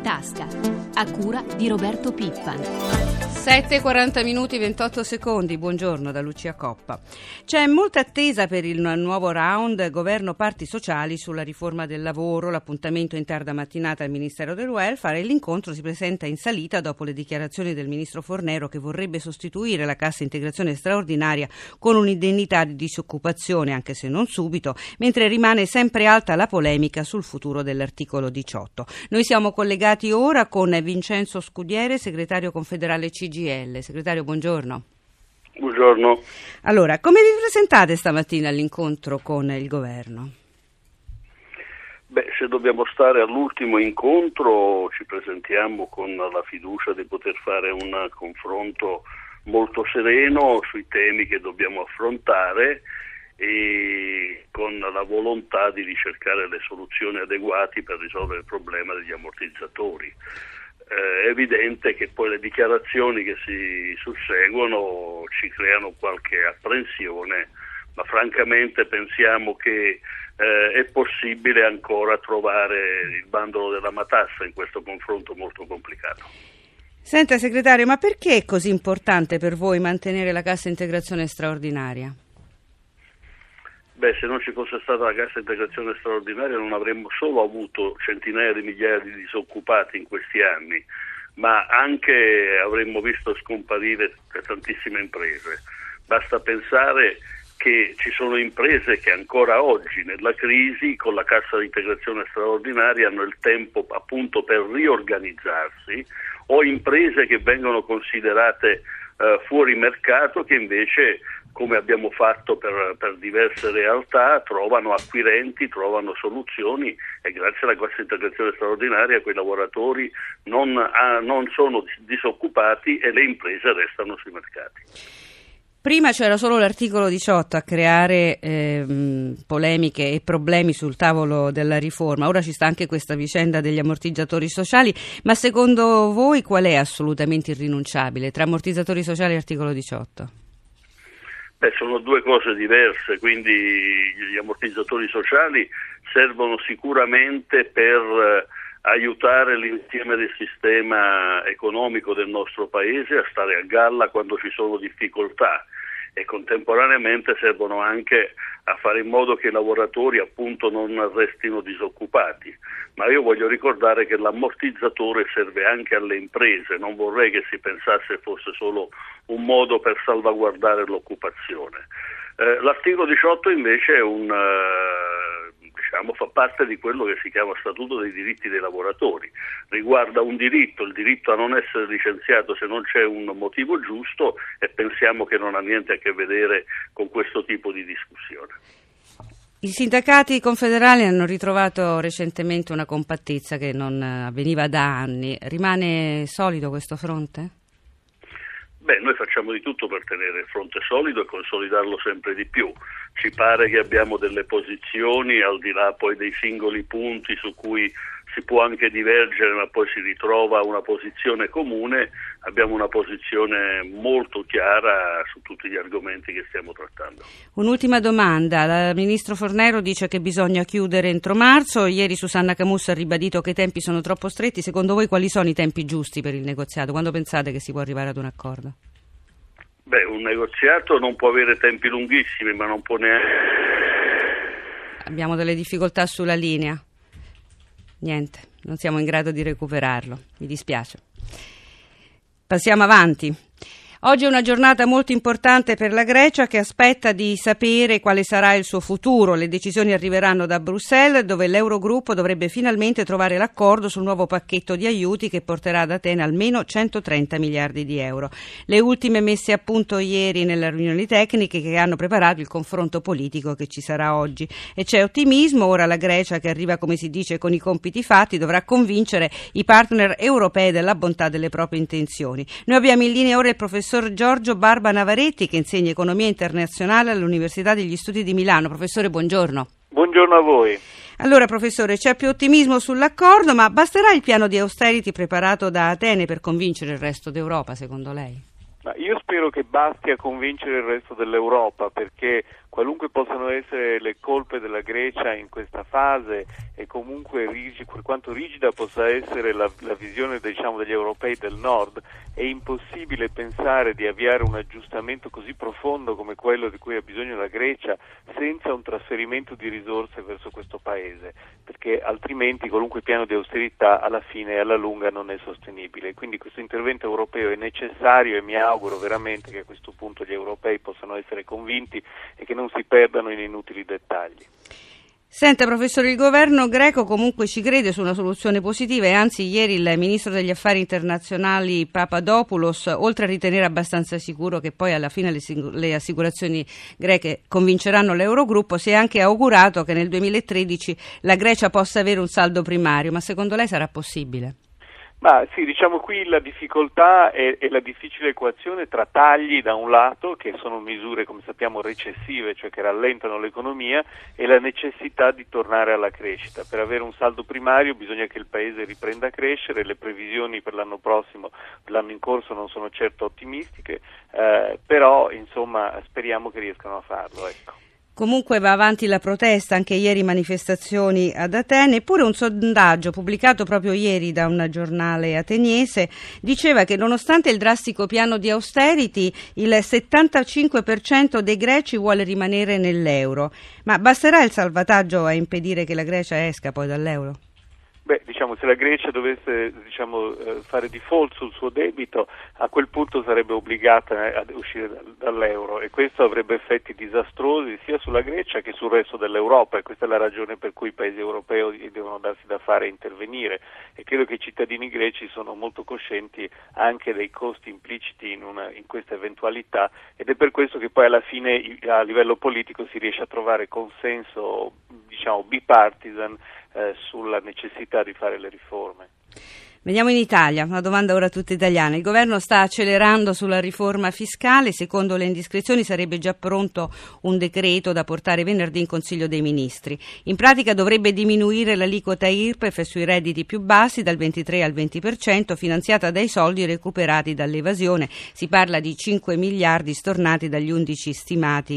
tasca, a cura di Roberto Pippan. 7:40 28 secondi. Buongiorno da Lucia Coppa. C'è molta attesa per il nuovo round governo-parti sociali sulla riforma del lavoro. L'appuntamento in tarda mattinata al Ministero del Welfare e l'incontro si presenta in salita dopo le dichiarazioni del ministro Fornero che vorrebbe sostituire la cassa integrazione straordinaria con un'indennità di disoccupazione, anche se non subito, mentre rimane sempre alta la polemica sul futuro dell'articolo 18. Noi siamo collegati ora con Vincenzo Scudiere, segretario confederale CGIL. Segretario, buongiorno. Buongiorno. Allora, come vi presentate stamattina all'incontro con il governo? Se dobbiamo stare all'ultimo incontro ci presentiamo con la fiducia di poter fare un confronto molto sereno sui temi che dobbiamo affrontare e con la volontà di ricercare le soluzioni adeguate per risolvere il problema degli ammortizzatori. È evidente che poi le dichiarazioni che si susseguono ci creano qualche apprensione, ma francamente pensiamo che è possibile ancora trovare il bandolo della matassa in questo confronto molto complicato. Senta, segretario, ma perché è così importante per voi mantenere la cassa integrazione straordinaria? Se non ci fosse stata la cassa integrazione straordinaria non avremmo solo avuto centinaia di migliaia di disoccupati in questi anni, ma anche avremmo visto scomparire tantissime imprese. Basta pensare che ci sono imprese che ancora oggi nella crisi con la cassa di integrazione straordinaria hanno il tempo appunto per riorganizzarsi, o imprese che vengono considerate fuori mercato che invece, come abbiamo fatto per diverse realtà, trovano acquirenti, trovano soluzioni e grazie alla cassa integrazione straordinaria quei lavoratori non sono disoccupati e le imprese restano sui mercati. Prima c'era solo l'articolo 18 a creare polemiche e problemi sul tavolo della riforma, ora ci sta anche questa vicenda degli ammortizzatori sociali, ma secondo voi qual è assolutamente irrinunciabile tra ammortizzatori sociali e articolo 18? Sono due cose diverse, quindi gli ammortizzatori sociali servono sicuramente per aiutare l'insieme del sistema economico del nostro paese a stare a galla quando ci sono difficoltà e contemporaneamente servono anche a fare in modo che i lavoratori appunto non restino disoccupati. Ma io voglio ricordare che l'ammortizzatore serve anche alle imprese, non vorrei che si pensasse fosse solo un modo per salvaguardare l'occupazione. L'articolo 18 invece è fa parte di quello che si chiama Statuto dei diritti dei lavoratori, riguarda un diritto, il diritto a non essere licenziato se non c'è un motivo giusto, e pensiamo che non ha niente a che vedere con questo tipo di discussione. I sindacati confederali hanno ritrovato recentemente una compattezza che non avveniva da anni. Rimane solido questo fronte? Noi facciamo di tutto per tenere il fronte solido e consolidarlo sempre di più. Ci pare che abbiamo delle posizioni, al di là poi dei singoli punti su cui si può anche divergere, ma poi si ritrova una posizione comune. Abbiamo una posizione molto chiara su tutti gli argomenti che stiamo trattando. Un'ultima domanda. Il ministro Fornero dice che bisogna chiudere entro marzo. Ieri Susanna Camusso ha ribadito che i tempi sono troppo stretti. Secondo voi quali sono i tempi giusti per il negoziato? Quando pensate che si può arrivare ad un accordo? Un negoziato non può avere tempi lunghissimi, ma non può neanche... Abbiamo delle difficoltà sulla linea. Niente, non siamo in grado di recuperarlo. Mi dispiace. Passiamo avanti. Oggi è una giornata molto importante per la Grecia, che aspetta di sapere quale sarà il suo futuro. Le decisioni arriveranno da Bruxelles, dove l'Eurogruppo dovrebbe finalmente trovare l'accordo sul nuovo pacchetto di aiuti che porterà ad Atene almeno 130 miliardi di euro. Le ultime messe a punto ieri nelle riunioni tecniche che hanno preparato il confronto politico che ci sarà oggi. E c'è ottimismo. Ora la Grecia, che arriva, come si dice, con i compiti fatti, dovrà convincere i partner europei della bontà delle proprie intenzioni. Noi abbiamo in linea ora il professor Giorgio Barba Navaretti, che insegna economia internazionale all'Università degli Studi di Milano. Professore, buongiorno. Buongiorno a voi. Allora, professore, c'è più ottimismo sull'accordo, ma basterà il piano di austerity preparato da Atene per convincere il resto d'Europa, secondo lei? Io spero che basti a convincere il resto dell'Europa, perché qualunque possano essere le colpe della Grecia in questa fase e comunque per quanto rigida possa essere la visione degli europei del nord, è impossibile pensare di avviare un aggiustamento così profondo come quello di cui ha bisogno la Grecia senza un trasferimento di risorse verso questo paese, perché altrimenti qualunque piano di austerità alla fine e alla lunga non è sostenibile. Quindi questo intervento europeo è necessario e mi auguro veramente che a questo punto gli europei possano essere convinti e che non si perdano in inutili dettagli. Senta, professore, il governo greco comunque ci crede su una soluzione positiva e anzi ieri il ministro degli affari internazionali Papadopoulos, oltre a ritenere abbastanza sicuro che poi alla fine le assicurazioni greche convinceranno l'Eurogruppo, si è anche augurato che nel 2013 la Grecia possa avere un saldo primario. Ma secondo lei sarà possibile? Ma sì, qui la difficoltà è la difficile equazione tra tagli da un lato, che sono misure come sappiamo recessive, cioè che rallentano l'economia, e la necessità di tornare alla crescita. Per avere un saldo primario bisogna che il paese riprenda a crescere, le previsioni per l'anno prossimo, per l'anno in corso non sono certo ottimistiche, però insomma speriamo che riescano a farlo, ecco. Comunque va avanti la protesta, anche ieri manifestazioni ad Atene, eppure un sondaggio pubblicato proprio ieri da un giornale ateniese diceva che nonostante il drastico piano di austerity il 75% dei greci vuole rimanere nell'euro. Ma basterà il salvataggio a impedire che la Grecia esca poi dall'euro? Se la Grecia dovesse fare default sul suo debito, a quel punto sarebbe obbligata ad uscire dall'euro e questo avrebbe effetti disastrosi sia sulla Grecia che sul resto dell'Europa, e questa è la ragione per cui i paesi europei devono darsi da fare e intervenire, e credo che i cittadini greci sono molto coscienti anche dei costi impliciti in questa eventualità, ed è per questo che poi alla fine a livello politico si riesce a trovare consenso bipartisan sulla necessità di fare le riforme. Veniamo in Italia, una domanda ora tutta italiana. Il governo sta accelerando sulla riforma fiscale, secondo le indiscrezioni sarebbe già pronto un decreto da portare venerdì in Consiglio dei Ministri. In pratica dovrebbe diminuire l'aliquota IRPEF sui redditi più bassi dal 23 al 20%, finanziata dai soldi recuperati dall'evasione. Si parla di 5 miliardi stornati dagli 11 stimati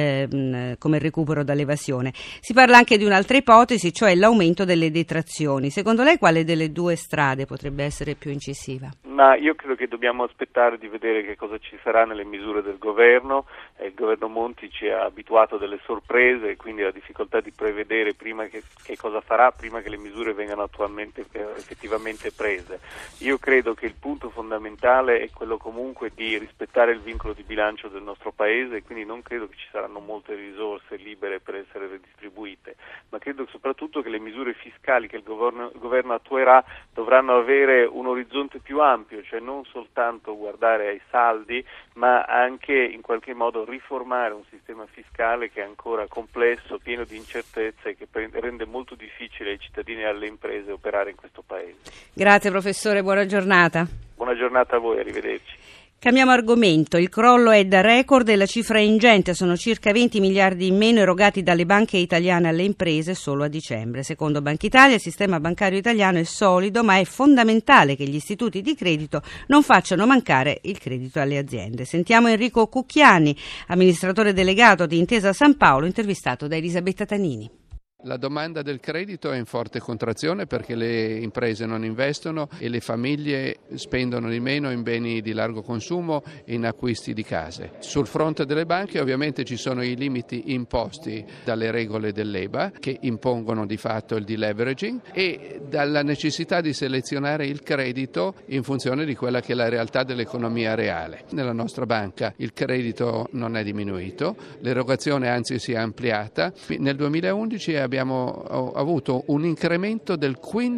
come recupero dall'evasione. Si parla anche di un'altra ipotesi, cioè l'aumento delle detrazioni. Secondo lei quale delle due strade potrebbe essere più incisiva? Ma io credo che dobbiamo aspettare di vedere che cosa ci sarà nelle misure del governo. Il governo Monti ci ha abituato a delle sorprese, quindi la difficoltà di prevedere prima che cosa farà prima che le misure vengano effettivamente prese. Io credo che il punto fondamentale è quello comunque di rispettare il vincolo di bilancio del nostro paese, quindi non credo che ci saranno molte risorse libere per essere redistribuite, ma credo soprattutto che le misure fiscali che il governo attuerà dovranno avere un orizzonte più ampio, cioè non soltanto guardare ai saldi, ma anche in qualche modo riformare un sistema fiscale che è ancora complesso, pieno di incertezze, che rende molto difficile ai cittadini e alle imprese operare in questo paese. Grazie professore, buona giornata. Buona giornata a voi, arrivederci. Cambiamo argomento, il crollo è da record e la cifra è ingente, sono circa 20 miliardi in meno erogati dalle banche italiane alle imprese solo a dicembre. Secondo Banca Italia il sistema bancario italiano è solido, ma è fondamentale che gli istituti di credito non facciano mancare il credito alle aziende. Sentiamo Enrico Cucchiani, amministratore delegato di Intesa San Paolo, intervistato da Elisabetta Tanini. La domanda del credito è in forte contrazione perché le imprese non investono e le famiglie spendono di meno in beni di largo consumo e in acquisti di case. Sul fronte delle banche ovviamente ci sono i limiti imposti dalle regole dell'EBA che impongono di fatto il deleveraging e dalla necessità di selezionare il credito in funzione di quella che è la realtà dell'economia reale. Nella nostra banca il credito non è diminuito, l'erogazione anzi si è ampliata. Nel 2011 abbiamo avuto un incremento del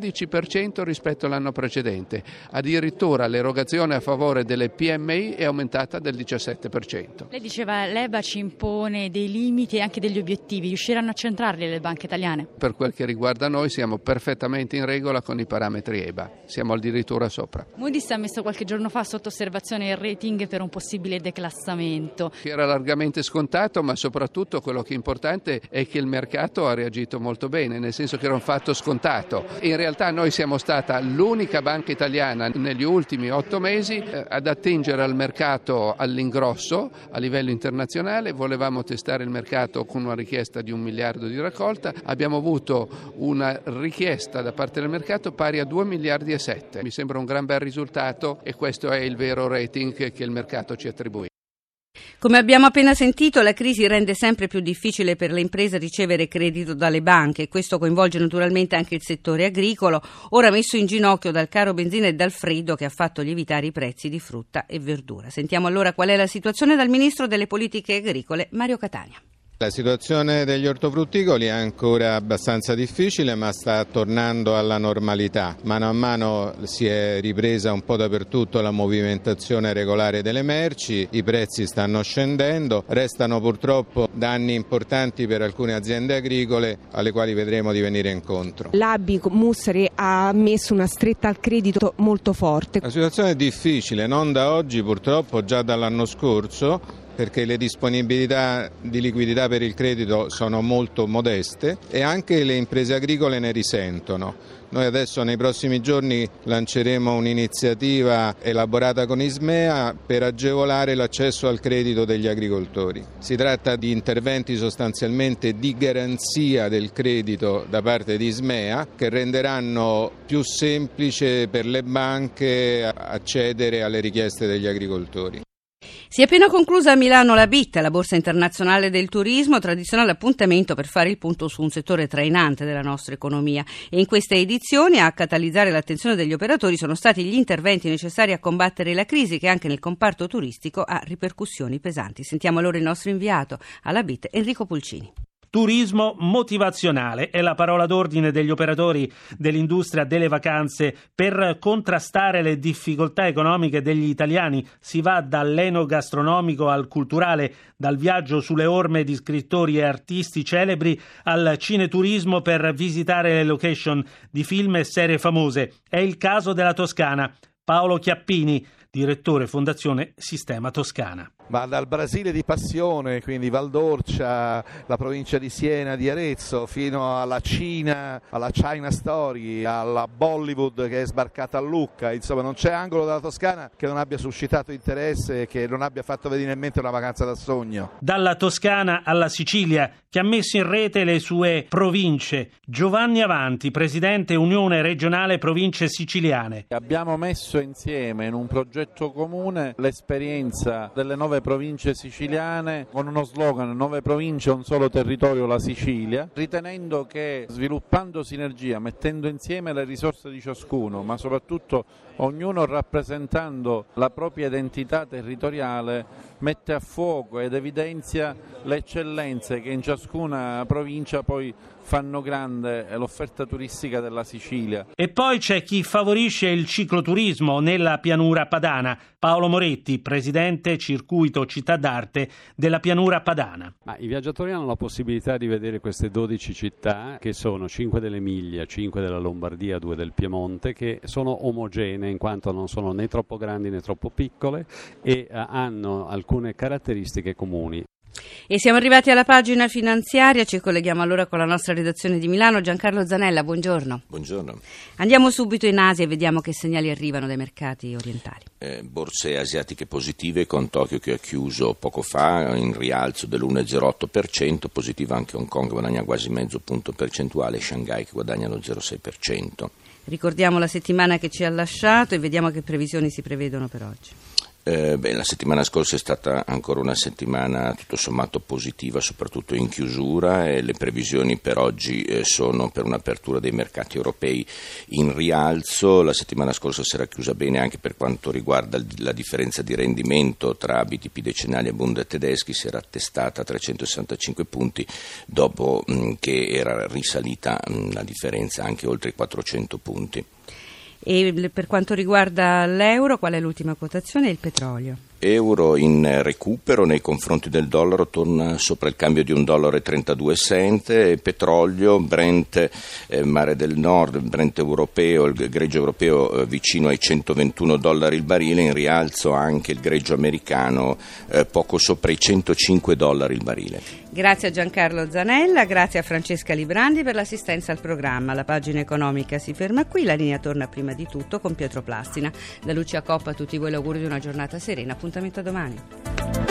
15% rispetto all'anno precedente, addirittura l'erogazione a favore delle PMI è aumentata del 17%. Lei diceva l'EBA ci impone dei limiti e anche degli obiettivi, riusciranno a centrarli le banche italiane? Per quel che riguarda noi siamo perfettamente in regola con i parametri EBA, siamo addirittura sopra. Moody's ha messo qualche giorno fa sotto osservazione il rating per un possibile declassamento. Che era largamente scontato, ma soprattutto quello che è importante è che il mercato ha reagito reagito molto bene, nel senso che era un fatto scontato. In realtà noi siamo stata l'unica banca italiana negli ultimi 8 mesi ad attingere al mercato all'ingrosso a livello internazionale. Volevamo testare il mercato con una richiesta di 1 miliardo di raccolta, abbiamo avuto una richiesta da parte del mercato pari a 2 miliardi e 7. Mi sembra un gran bel risultato e questo è il vero rating che il mercato ci attribuisce. Come abbiamo appena sentito, la crisi rende sempre più difficile per le imprese ricevere credito dalle banche e questo coinvolge naturalmente anche il settore agricolo, ora messo in ginocchio dal caro benzina e dal freddo che ha fatto lievitare i prezzi di frutta e verdura. Sentiamo allora qual è la situazione dal Ministro delle Politiche Agricole, Mario Catania. La situazione degli ortofrutticoli è ancora abbastanza difficile, ma sta tornando alla normalità. Mano a mano si è ripresa un po' dappertutto la movimentazione regolare delle merci, i prezzi stanno scendendo, restano purtroppo danni importanti per alcune aziende agricole alle quali vedremo di venire incontro. L'ABI Mussari ha messo una stretta al credito molto forte. La situazione è difficile, non da oggi purtroppo, già dall'anno scorso, perché le disponibilità di liquidità per il credito sono molto modeste e anche le imprese agricole ne risentono. Noi adesso nei prossimi giorni lanceremo un'iniziativa elaborata con Ismea per agevolare l'accesso al credito degli agricoltori. Si tratta di interventi sostanzialmente di garanzia del credito da parte di Ismea che renderanno più semplice per le banche accedere alle richieste degli agricoltori. Si è appena conclusa a Milano la BIT, la Borsa Internazionale del Turismo, tradizionale appuntamento per fare il punto su un settore trainante della nostra economia. E in questa edizione a catalizzare l'attenzione degli operatori sono stati gli interventi necessari a combattere la crisi che anche nel comparto turistico ha ripercussioni pesanti. Sentiamo allora il nostro inviato alla BIT, Enrico Pulcini. Turismo motivazionale è la parola d'ordine degli operatori dell'industria delle vacanze. Per contrastare le difficoltà economiche degli italiani si va dall'enogastronomico al culturale, dal viaggio sulle orme di scrittori e artisti celebri al cineturismo per visitare le location di film e serie famose. È il caso della Toscana. Paolo Chiappini, direttore Fondazione Sistema Toscana. Ma dal Brasile di passione, quindi Valdorcia, la provincia di Siena, di Arezzo, fino alla Cina, alla China Story, alla Bollywood che è sbarcata a Lucca, insomma non c'è angolo della Toscana che non abbia suscitato interesse e che non abbia fatto venire in mente una vacanza da sogno. Dalla Toscana alla Sicilia, che ha messo in rete le sue province. Giovanni Avanti, presidente Unione Regionale Province Siciliane. Abbiamo messo insieme in un progetto comune l'esperienza delle 9 province siciliane con uno slogan: 9 province, un solo territorio, la Sicilia, ritenendo che sviluppando sinergia, mettendo insieme le risorse di ciascuno, ma soprattutto ognuno rappresentando la propria identità territoriale, mette a fuoco ed evidenzia le eccellenze che in ciascuna provincia poi fanno grande l'offerta turistica della Sicilia. E poi c'è chi favorisce il cicloturismo nella pianura padana. Paolo Moretti, presidente Circuito Città d'Arte della pianura padana. I viaggiatori hanno la possibilità di vedere queste 12 città, che sono 5 dell'Emilia, 5 della Lombardia, 2 del Piemonte, che sono omogenee in quanto non sono né troppo grandi né troppo piccole e hanno alcune caratteristiche comuni. E siamo arrivati alla pagina finanziaria, ci colleghiamo allora con la nostra redazione di Milano. Giancarlo Zanella, buongiorno. Buongiorno. Andiamo subito in Asia e vediamo che segnali arrivano dai mercati orientali. Borse asiatiche positive, con Tokyo che ha chiuso poco fa in rialzo dell'1,08%, positiva anche Hong Kong, guadagna quasi mezzo punto percentuale, Shanghai che guadagna lo 0,6%. Ricordiamo la settimana che ci ha lasciato e vediamo che previsioni si prevedono per oggi. La settimana scorsa è stata ancora una settimana tutto sommato positiva, soprattutto in chiusura, e le previsioni per oggi sono per un'apertura dei mercati europei in rialzo. La settimana scorsa si era chiusa bene anche per quanto riguarda la differenza di rendimento tra BTP decennali e Bund tedeschi, si era attestata a 365 punti dopo che era risalita la differenza anche oltre i 400 punti. E per quanto riguarda l'euro, qual è l'ultima quotazione e il petrolio? euro in recupero nei confronti del dollaro, torna sopra il cambio di $1,32, e petrolio Brent Mare del Nord, Brent europeo, il greggio europeo vicino ai $121 il barile, in rialzo anche il greggio americano poco sopra i $105 il barile. Grazie a Giancarlo Zanella, grazie a Francesca Librandi per l'assistenza al programma. La pagina economica si ferma qui, la linea torna prima di tutto con Pietro Plastina. Da Lucia Coppa a tutti voi l'augurio di una giornata serena, appuntamento a domani.